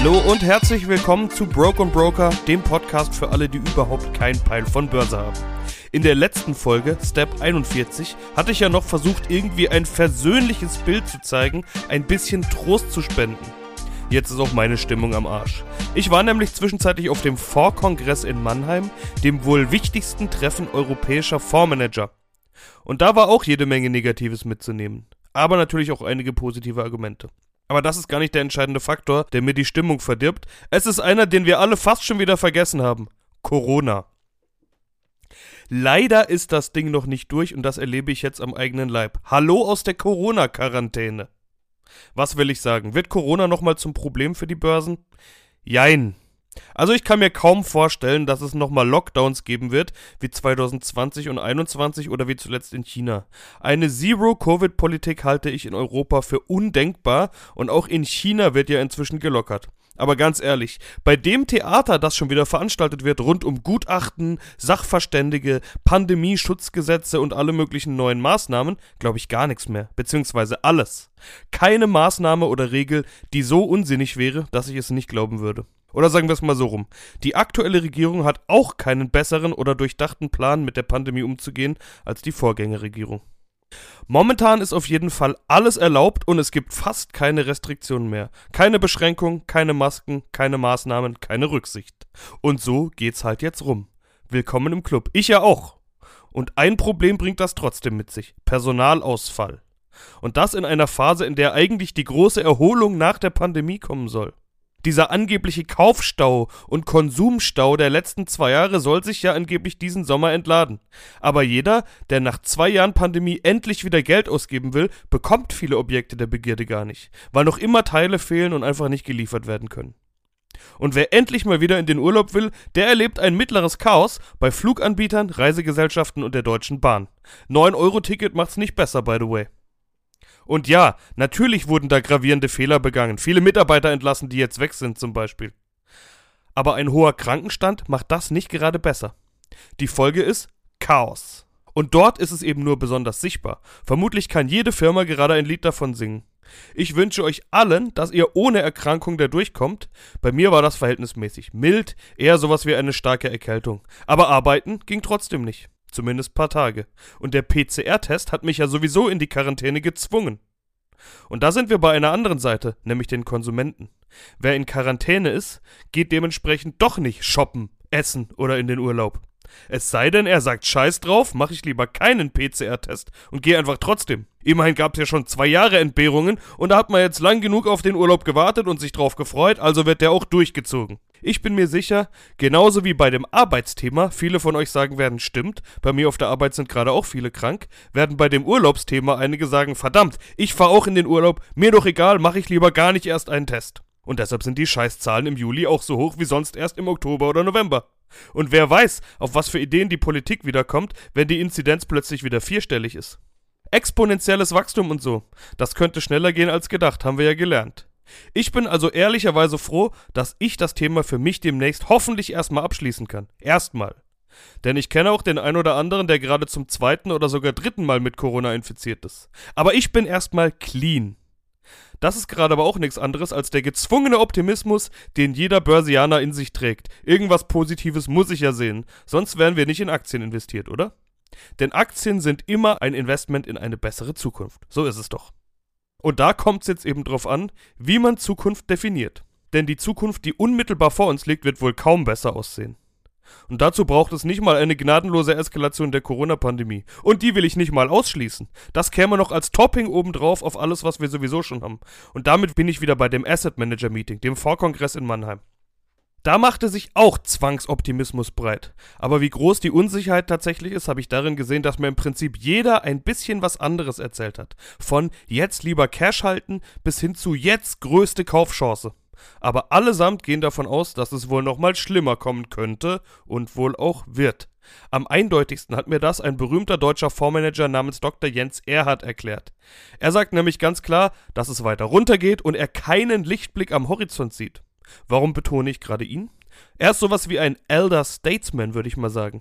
Hallo und herzlich willkommen zu Broke & Broker, dem Podcast für alle, die überhaupt keinen Peil von Börse haben. In der letzten Folge, Step 41, hatte ich ja noch versucht, irgendwie ein versöhnliches Bild zu zeigen, ein bisschen Trost zu spenden. Jetzt ist auch meine Stimmung am Arsch. Ich war nämlich zwischenzeitlich auf dem Fondskongress in Mannheim, dem wohl wichtigsten Treffen europäischer Fondsmanager. Und da war auch jede Menge Negatives mitzunehmen, aber natürlich auch einige positive Argumente. Aber das ist gar nicht der entscheidende Faktor, der mir die Stimmung verdirbt. Es ist einer, den wir alle fast schon wieder vergessen haben. Corona. Leider ist das Ding noch nicht durch und das erlebe ich jetzt am eigenen Leib. Hallo aus der Corona-Quarantäne. Was will ich sagen? Wird Corona nochmal zum Problem für die Börsen? Jein. Also ich kann mir kaum vorstellen, dass es nochmal Lockdowns geben wird, wie 2020 und 2021 oder wie zuletzt in China. Eine Zero-Covid-Politik halte ich in Europa für undenkbar und auch in China wird ja inzwischen gelockert. Aber ganz ehrlich, bei dem Theater, das schon wieder veranstaltet wird, rund um Gutachten, Sachverständige, Pandemieschutzgesetze und alle möglichen neuen Maßnahmen, glaube ich gar nichts mehr, beziehungsweise alles. Keine Maßnahme oder Regel, die so unsinnig wäre, dass ich es nicht glauben würde. Oder sagen wir es mal so rum. Die aktuelle Regierung hat auch keinen besseren oder durchdachten Plan, mit der Pandemie umzugehen, als die Vorgängerregierung. Momentan ist auf jeden Fall alles erlaubt und es gibt fast keine Restriktionen mehr. Keine Beschränkung, keine Masken, keine Maßnahmen, keine Rücksicht. Und so geht's halt jetzt rum. Willkommen im Club. Ich ja auch. Und ein Problem bringt das trotzdem mit sich. Personalausfall. Und das in einer Phase, in der eigentlich die große Erholung nach der Pandemie kommen soll. Dieser angebliche Kaufstau und Konsumstau der letzten 2 Jahre soll sich ja angeblich diesen Sommer entladen. Aber jeder, der nach 2 Jahren Pandemie endlich wieder Geld ausgeben will, bekommt viele Objekte der Begierde gar nicht, weil noch immer Teile fehlen und einfach nicht geliefert werden können. Und wer endlich mal wieder in den Urlaub will, der erlebt ein mittleres Chaos bei Fluganbietern, Reisegesellschaften und der Deutschen Bahn. 9-Euro-Ticket macht's nicht besser, by the way. Und ja, natürlich wurden da gravierende Fehler begangen, viele Mitarbeiter entlassen, die jetzt weg sind zum Beispiel. Aber ein hoher Krankenstand macht das nicht gerade besser. Die Folge ist Chaos. Und dort ist es eben nur besonders sichtbar. Vermutlich kann jede Firma gerade ein Lied davon singen. Ich wünsche euch allen, dass ihr ohne Erkrankung da durchkommt. Bei mir war das verhältnismäßig mild, eher sowas wie eine starke Erkältung. Aber arbeiten ging trotzdem nicht. Zumindest paar Tage. Und der PCR-Test hat mich ja sowieso in die Quarantäne gezwungen. Und da sind wir bei einer anderen Seite, nämlich den Konsumenten. Wer in Quarantäne ist, geht dementsprechend doch nicht shoppen, essen oder in den Urlaub. Es sei denn, er sagt Scheiß drauf, mache ich lieber keinen PCR-Test und gehe einfach trotzdem. Immerhin gab es ja schon 2 Jahre Entbehrungen und da hat man jetzt lang genug auf den Urlaub gewartet und sich drauf gefreut, also wird der auch durchgezogen. Ich bin mir sicher, genauso wie bei dem Arbeitsthema, viele von euch sagen werden, stimmt, bei mir auf der Arbeit sind gerade auch viele krank, werden bei dem Urlaubsthema einige sagen, verdammt, ich fahre auch in den Urlaub, mir doch egal, mache ich lieber gar nicht erst einen Test. Und deshalb sind die Scheißzahlen im Juli auch so hoch wie sonst erst im Oktober oder November. Und wer weiß, auf was für Ideen die Politik wiederkommt, wenn die Inzidenz plötzlich wieder 4-stellig ist. Exponentielles Wachstum und so. Das könnte schneller gehen als gedacht, haben wir ja gelernt. Ich bin also ehrlicherweise froh, dass ich das Thema für mich demnächst hoffentlich erstmal abschließen kann. Erstmal. Denn ich kenne auch den ein oder anderen, der gerade zum 2. oder sogar 3. Mal mit Corona infiziert ist. Aber ich bin erstmal clean. Das ist gerade aber auch nichts anderes als der gezwungene Optimismus, den jeder Börsianer in sich trägt. Irgendwas Positives muss ich ja sehen, sonst wären wir nicht in Aktien investiert, oder? Denn Aktien sind immer ein Investment in eine bessere Zukunft. So ist es doch. Und da kommt es jetzt eben drauf an, wie man Zukunft definiert. Denn die Zukunft, die unmittelbar vor uns liegt, wird wohl kaum besser aussehen. Und dazu braucht es nicht mal eine gnadenlose Eskalation der Corona-Pandemie. Und die will ich nicht mal ausschließen. Das käme noch als Topping obendrauf auf alles, was wir sowieso schon haben. Und damit bin ich wieder bei dem Asset Manager Meeting, dem Fondskongress in Mannheim. Da machte sich auch Zwangsoptimismus breit. Aber wie groß die Unsicherheit tatsächlich ist, habe ich darin gesehen, dass mir im Prinzip jeder ein bisschen was anderes erzählt hat. Von jetzt lieber Cash halten bis hin zu jetzt größte Kaufchance. Aber allesamt gehen davon aus, dass es wohl nochmal schlimmer kommen könnte und wohl auch wird. Am eindeutigsten hat mir das ein berühmter deutscher Fondsmanager namens Dr. Jens Erhardt erklärt. Er sagt nämlich ganz klar, dass es weiter runtergeht und er keinen Lichtblick am Horizont sieht. Warum betone ich gerade ihn? Er ist sowas wie ein Elder Statesman, würde ich mal sagen.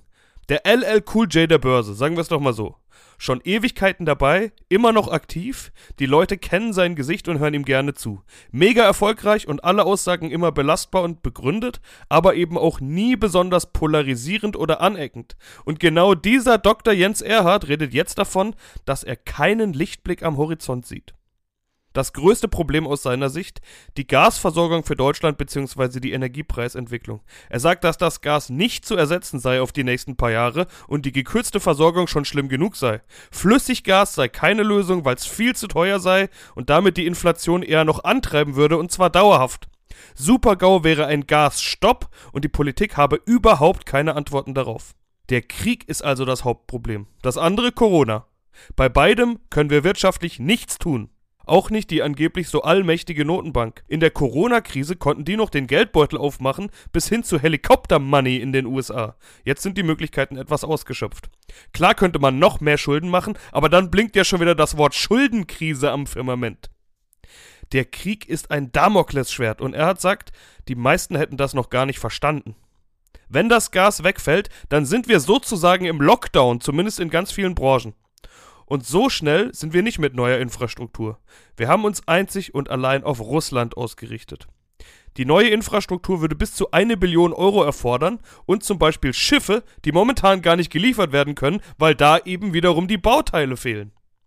Der LL Cool J der Börse, sagen wir es doch mal so. Schon Ewigkeiten dabei, immer noch aktiv, die Leute kennen sein Gesicht und hören ihm gerne zu. Mega erfolgreich und alle Aussagen immer belastbar und begründet, aber eben auch nie besonders polarisierend oder aneckend. Und genau dieser Dr. Jens Erhardt redet jetzt davon, dass er keinen Lichtblick am Horizont sieht. Das größte Problem aus seiner Sicht, die Gasversorgung für Deutschland bzw. die Energiepreisentwicklung. Er sagt, dass das Gas nicht zu ersetzen sei auf die nächsten paar Jahre und die gekürzte Versorgung schon schlimm genug sei. Flüssiggas sei keine Lösung, weil es viel zu teuer sei und damit die Inflation eher noch antreiben würde und zwar dauerhaft. Super-GAU wäre ein Gasstopp und die Politik habe überhaupt keine Antworten darauf. Der Krieg ist also das Hauptproblem. Das andere Corona. Bei beidem können wir wirtschaftlich nichts tun. Auch nicht die angeblich so allmächtige Notenbank. In der Corona-Krise konnten die noch den Geldbeutel aufmachen, bis hin zu Helikopter-Money in den USA. Jetzt sind die Möglichkeiten etwas ausgeschöpft. Klar könnte man noch mehr Schulden machen, aber dann blinkt ja schon wieder das Wort Schuldenkrise am Firmament. Der Krieg ist ein Damoklesschwert und er hat sagt, die meisten hätten das noch gar nicht verstanden. Wenn das Gas wegfällt, dann sind wir sozusagen im Lockdown, zumindest in ganz vielen Branchen. Und so schnell sind wir nicht mit neuer Infrastruktur. Wir haben uns einzig und allein auf Russland ausgerichtet. Die neue Infrastruktur würde bis zu 1 Billion Euro erfordern und zum Beispiel Schiffe, die momentan gar nicht geliefert werden können, weil da eben wiederum die Bauteile fehlen.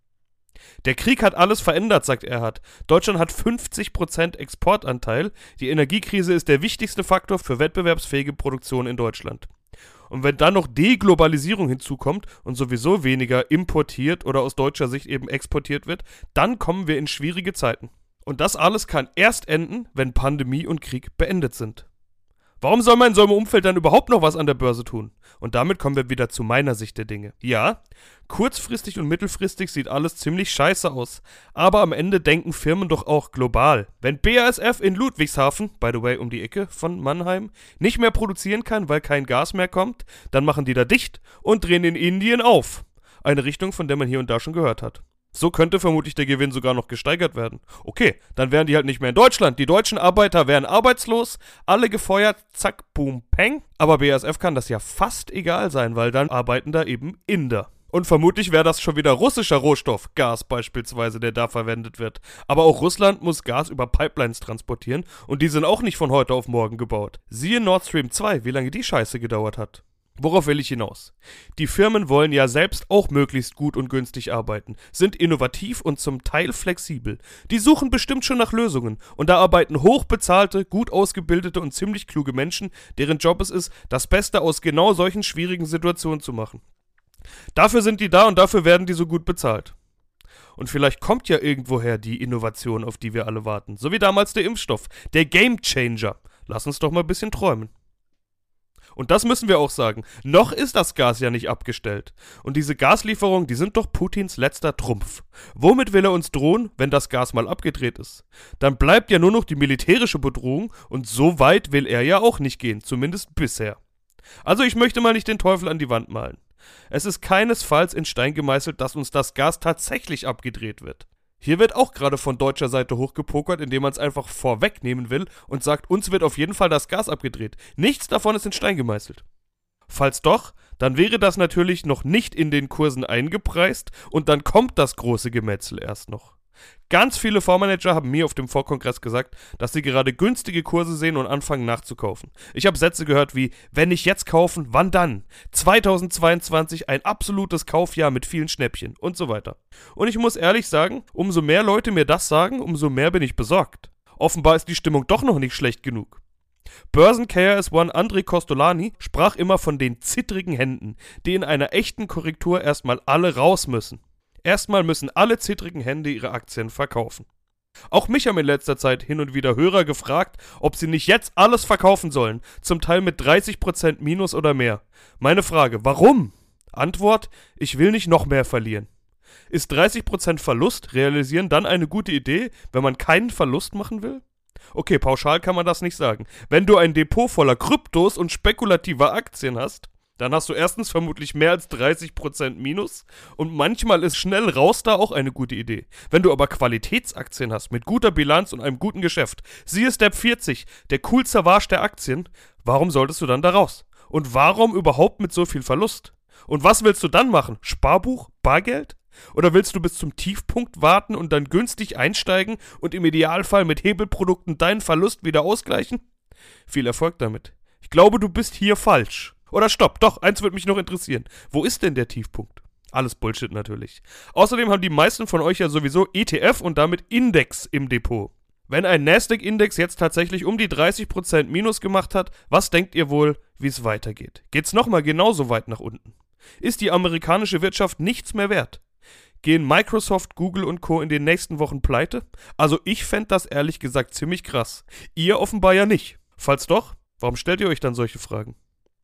Der Krieg hat alles verändert, sagt Erhardt. Deutschland hat 50% Exportanteil. Die Energiekrise ist der wichtigste Faktor für wettbewerbsfähige Produktion in Deutschland. Und wenn dann noch Deglobalisierung hinzukommt und sowieso weniger importiert oder aus deutscher Sicht eben exportiert wird, dann kommen wir in schwierige Zeiten. Und das alles kann erst enden, wenn Pandemie und Krieg beendet sind. Warum soll man in so einem Umfeld dann überhaupt noch was an der Börse tun? Und damit kommen wir wieder zu meiner Sicht der Dinge. Ja, kurzfristig und mittelfristig sieht alles ziemlich scheiße aus. Aber am Ende denken Firmen doch auch global. Wenn BASF in Ludwigshafen, by the way um die Ecke von Mannheim, nicht mehr produzieren kann, weil kein Gas mehr kommt, dann machen die da dicht und drehen in Indien auf. Eine Richtung, von der man hier und da schon gehört hat. So könnte vermutlich der Gewinn sogar noch gesteigert werden. Okay, dann wären die halt nicht mehr in Deutschland. Die deutschen Arbeiter wären arbeitslos, alle gefeuert, zack, boom, peng. Aber BASF kann das ja fast egal sein, weil dann arbeiten da eben Inder. Und vermutlich wäre das schon wieder russischer Rohstoff, Gas beispielsweise, der da verwendet wird. Aber auch Russland muss Gas über Pipelines transportieren und die sind auch nicht von heute auf morgen gebaut. Siehe Nord Stream 2, wie lange die Scheiße gedauert hat. Worauf will ich hinaus? Die Firmen wollen ja selbst auch möglichst gut und günstig arbeiten, sind innovativ und zum Teil flexibel. Die suchen bestimmt schon nach Lösungen und da arbeiten hochbezahlte, gut ausgebildete und ziemlich kluge Menschen, deren Job es ist, das Beste aus genau solchen schwierigen Situationen zu machen. Dafür sind die da und dafür werden die so gut bezahlt. Und vielleicht kommt ja irgendwoher die Innovation, auf die wir alle warten. So wie damals der Impfstoff, der Gamechanger. Lass uns doch mal ein bisschen träumen. Und das müssen wir auch sagen. Noch ist das Gas ja nicht abgestellt. Und diese Gaslieferungen, die sind doch Putins letzter Trumpf. Womit will er uns drohen, wenn das Gas mal abgedreht ist? Dann bleibt ja nur noch die militärische Bedrohung und so weit will er ja auch nicht gehen, zumindest bisher. Also ich möchte mal nicht den Teufel an die Wand malen. Es ist keinesfalls in Stein gemeißelt, dass uns das Gas tatsächlich abgedreht wird. Hier wird auch gerade von deutscher Seite hochgepokert, indem man es einfach vorwegnehmen will und sagt, uns wird auf jeden Fall das Gas abgedreht. Nichts davon ist in Stein gemeißelt. Falls doch, dann wäre das natürlich noch nicht in den Kursen eingepreist und dann kommt das große Gemetzel erst noch. Ganz viele Fondsmanager haben mir auf dem Vorkongress gesagt, dass sie gerade günstige Kurse sehen und anfangen nachzukaufen. Ich habe Sätze gehört wie, wenn nicht jetzt kaufen, wann dann? 2022 ein absolutes Kaufjahr mit vielen Schnäppchen und so weiter. Und ich muss ehrlich sagen, umso mehr Leute mir das sagen, umso mehr bin ich besorgt. Offenbar ist die Stimmung doch noch nicht schlecht genug. Börsen-KRS-One André Kostolany sprach immer von den zittrigen Händen, die in einer echten Korrektur erstmal alle raus müssen. Erstmal müssen alle zittrigen Hände ihre Aktien verkaufen. Auch mich haben in letzter Zeit hin und wieder Hörer gefragt, ob sie nicht jetzt alles verkaufen sollen, zum Teil mit 30% Minus oder mehr. Meine Frage, warum? Antwort, ich will nicht noch mehr verlieren. Ist 30% Verlust realisieren dann eine gute Idee, wenn man keinen Verlust machen will? Okay, pauschal kann man das nicht sagen. Wenn du ein Depot voller Kryptos und spekulativer Aktien hast, dann hast du erstens vermutlich mehr als 30% Minus und manchmal ist schnell raus da auch eine gute Idee. Wenn du aber Qualitätsaktien hast mit guter Bilanz und einem guten Geschäft, siehe Step 40, der cool Savage der Aktien, warum solltest du dann da raus? Und warum überhaupt mit so viel Verlust? Und was willst du dann machen? Sparbuch? Bargeld? Oder willst du bis zum Tiefpunkt warten und dann günstig einsteigen und im Idealfall mit Hebelprodukten deinen Verlust wieder ausgleichen? Viel Erfolg damit. Ich glaube, du bist hier falsch. Oder stopp, doch, eins würde mich noch interessieren. Wo ist denn der Tiefpunkt? Alles Bullshit natürlich. Außerdem haben die meisten von euch ja sowieso ETF und damit Index im Depot. Wenn ein Nasdaq-Index jetzt tatsächlich um die 30% Minus gemacht hat, was denkt ihr wohl, wie es weitergeht? Geht's nochmal genauso weit nach unten? Ist die amerikanische Wirtschaft nichts mehr wert? Gehen Microsoft, Google und Co. in den nächsten Wochen pleite? Also ich fände das ehrlich gesagt ziemlich krass. Ihr offenbar ja nicht. Falls doch, warum stellt ihr euch dann solche Fragen?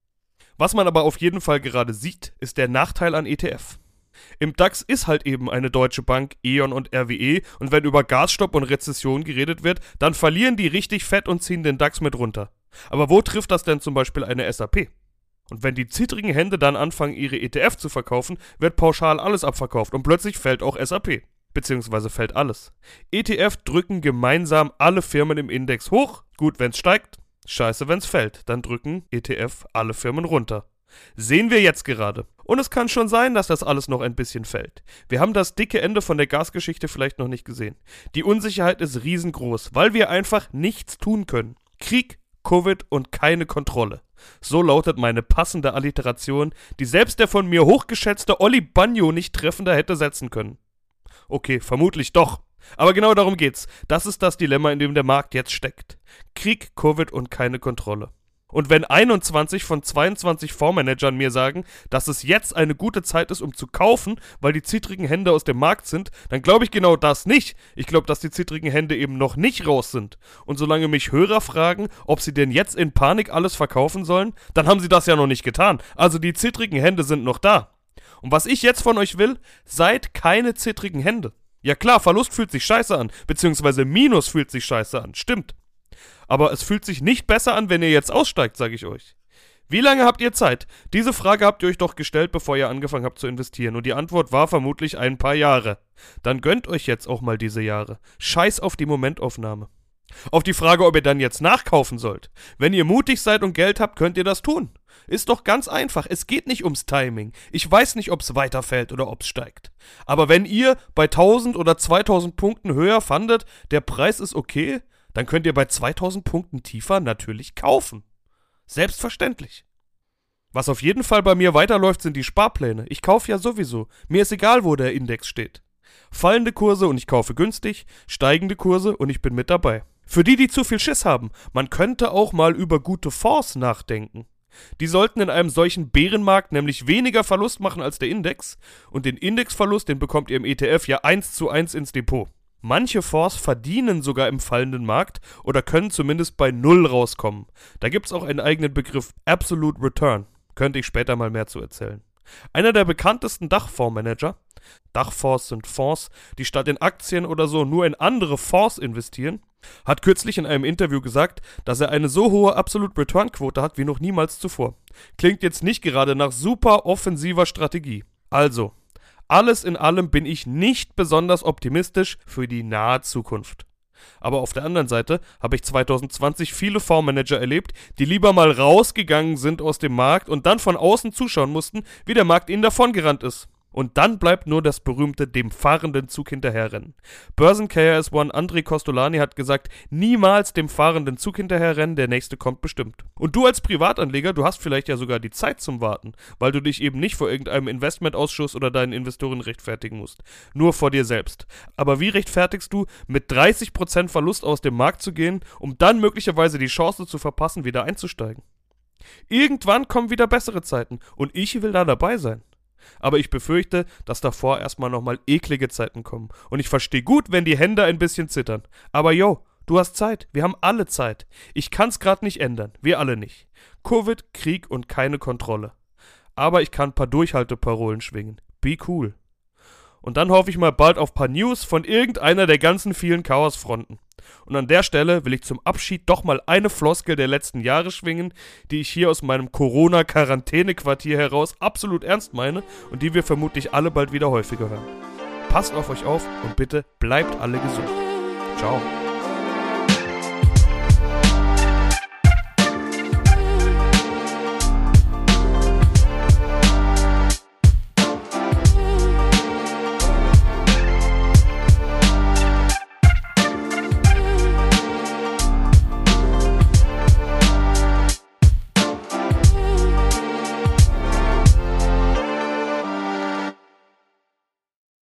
Was man aber auf jeden Fall gerade sieht, ist der Nachteil an ETF. Im DAX ist halt eben eine Deutsche Bank, E.ON und RWE und wenn über Gasstopp und Rezession geredet wird, dann verlieren die richtig fett und ziehen den DAX mit runter. Aber wo trifft das denn zum Beispiel eine SAP? Und wenn die zittrigen Hände dann anfangen, ihre ETF zu verkaufen, wird pauschal alles abverkauft und plötzlich fällt auch SAP. Beziehungsweise fällt alles. ETF drücken gemeinsam alle Firmen im Index hoch. Gut, wenn's steigt. Scheiße, wenn's fällt. Dann drücken ETF alle Firmen runter. Sehen wir jetzt gerade. Und es kann schon sein, dass das alles noch ein bisschen fällt. Wir haben das dicke Ende von der Gasgeschichte vielleicht noch nicht gesehen. Die Unsicherheit ist riesengroß, weil wir einfach nichts tun können. Krieg, Covid und keine Kontrolle. So lautet meine passende Alliteration, die selbst der von mir hochgeschätzte Olli Bagno nicht treffender hätte setzen können. Okay, vermutlich doch. Aber genau darum geht's. Das ist das Dilemma, in dem der Markt jetzt steckt. Krieg, Covid und keine Kontrolle. Und wenn 21 von 22 Fondsmanagern mir sagen, dass es jetzt eine gute Zeit ist, um zu kaufen, weil die zittrigen Hände aus dem Markt sind, dann glaube ich genau das nicht. Ich glaube, dass die zittrigen Hände eben noch nicht raus sind. Und solange mich Hörer fragen, ob sie denn jetzt in Panik alles verkaufen sollen, dann haben sie das ja noch nicht getan. Also die zittrigen Hände sind noch da. Und was ich jetzt von euch will, seid keine zittrigen Hände. Ja klar, Verlust fühlt sich scheiße an, beziehungsweise Minus fühlt sich scheiße an, stimmt. Aber es fühlt sich nicht besser an, wenn ihr jetzt aussteigt, sage ich euch. Wie lange habt ihr Zeit? Diese Frage habt ihr euch doch gestellt, bevor ihr angefangen habt zu investieren. Und die Antwort war vermutlich ein paar Jahre. Dann gönnt euch jetzt auch mal diese Jahre. Scheiß auf die Momentaufnahme. Auf die Frage, ob ihr dann jetzt nachkaufen sollt. Wenn ihr mutig seid und Geld habt, könnt ihr das tun. Ist doch ganz einfach. Es geht nicht ums Timing. Ich weiß nicht, ob es weiterfällt oder ob es steigt. Aber wenn ihr bei 1000 oder 2000 Punkten höher fandet, der Preis ist okay, dann könnt ihr bei 2000 Punkten tiefer natürlich kaufen. Selbstverständlich. Was auf jeden Fall bei mir weiterläuft, sind die Sparpläne. Ich kaufe ja sowieso. Mir ist egal, wo der Index steht. Fallende Kurse und ich kaufe günstig, steigende Kurse und ich bin mit dabei. Für die zu viel Schiss haben, man könnte auch mal über gute Fonds nachdenken. Die sollten in einem solchen Bärenmarkt nämlich weniger Verlust machen als der Index und den Indexverlust, den bekommt ihr im ETF ja 1:1 ins Depot. Manche Fonds verdienen sogar im fallenden Markt oder können zumindest bei Null rauskommen. Da gibt's auch einen eigenen Begriff, Absolute Return. Könnte ich später mal mehr zu erzählen. Einer der bekanntesten Dachfondsmanager, Dachfonds sind Fonds, die statt in Aktien oder so nur in andere Fonds investieren, hat kürzlich in einem Interview gesagt, dass er eine so hohe Absolute Return Quote hat wie noch niemals zuvor. Klingt jetzt nicht gerade nach super offensiver Strategie. Also, alles in allem bin ich nicht besonders optimistisch für die nahe Zukunft. Aber auf der anderen Seite habe ich 2020 viele Fondsmanager erlebt, die lieber mal rausgegangen sind aus dem Markt und dann von außen zuschauen mussten, wie der Markt ihnen davongerannt ist. Und dann bleibt nur das berühmte dem fahrenden Zug hinterherrennen. Börsen-KRS-One André Kostolany hat gesagt, niemals dem fahrenden Zug hinterherrennen, der nächste kommt bestimmt. Und du als Privatanleger, du hast vielleicht ja sogar die Zeit zum Warten, weil du dich eben nicht vor irgendeinem Investmentausschuss oder deinen Investoren rechtfertigen musst. Nur vor dir selbst. Aber wie rechtfertigst du, mit 30% Verlust aus dem Markt zu gehen, um dann möglicherweise die Chance zu verpassen, wieder einzusteigen? Irgendwann kommen wieder bessere Zeiten und ich will da dabei sein. Aber ich befürchte, dass davor erstmal nochmal eklige Zeiten kommen. Und ich verstehe gut, wenn die Hände ein bisschen zittern. Aber yo, du hast Zeit. Wir haben alle Zeit. Ich kann's gerade nicht ändern. Wir alle nicht. Covid, Krieg und keine Kontrolle. Aber ich kann ein paar Durchhalteparolen schwingen. Be cool. Und dann hoffe ich mal bald auf ein paar News von irgendeiner der ganzen vielen Chaosfronten. Und an der Stelle will ich zum Abschied doch mal eine Floskel der letzten Jahre schwingen, die ich hier aus meinem Corona-Quarantäne-Quartier heraus absolut ernst meine und die wir vermutlich alle bald wieder häufiger hören. Passt auf euch auf und bitte bleibt alle gesund. Ciao.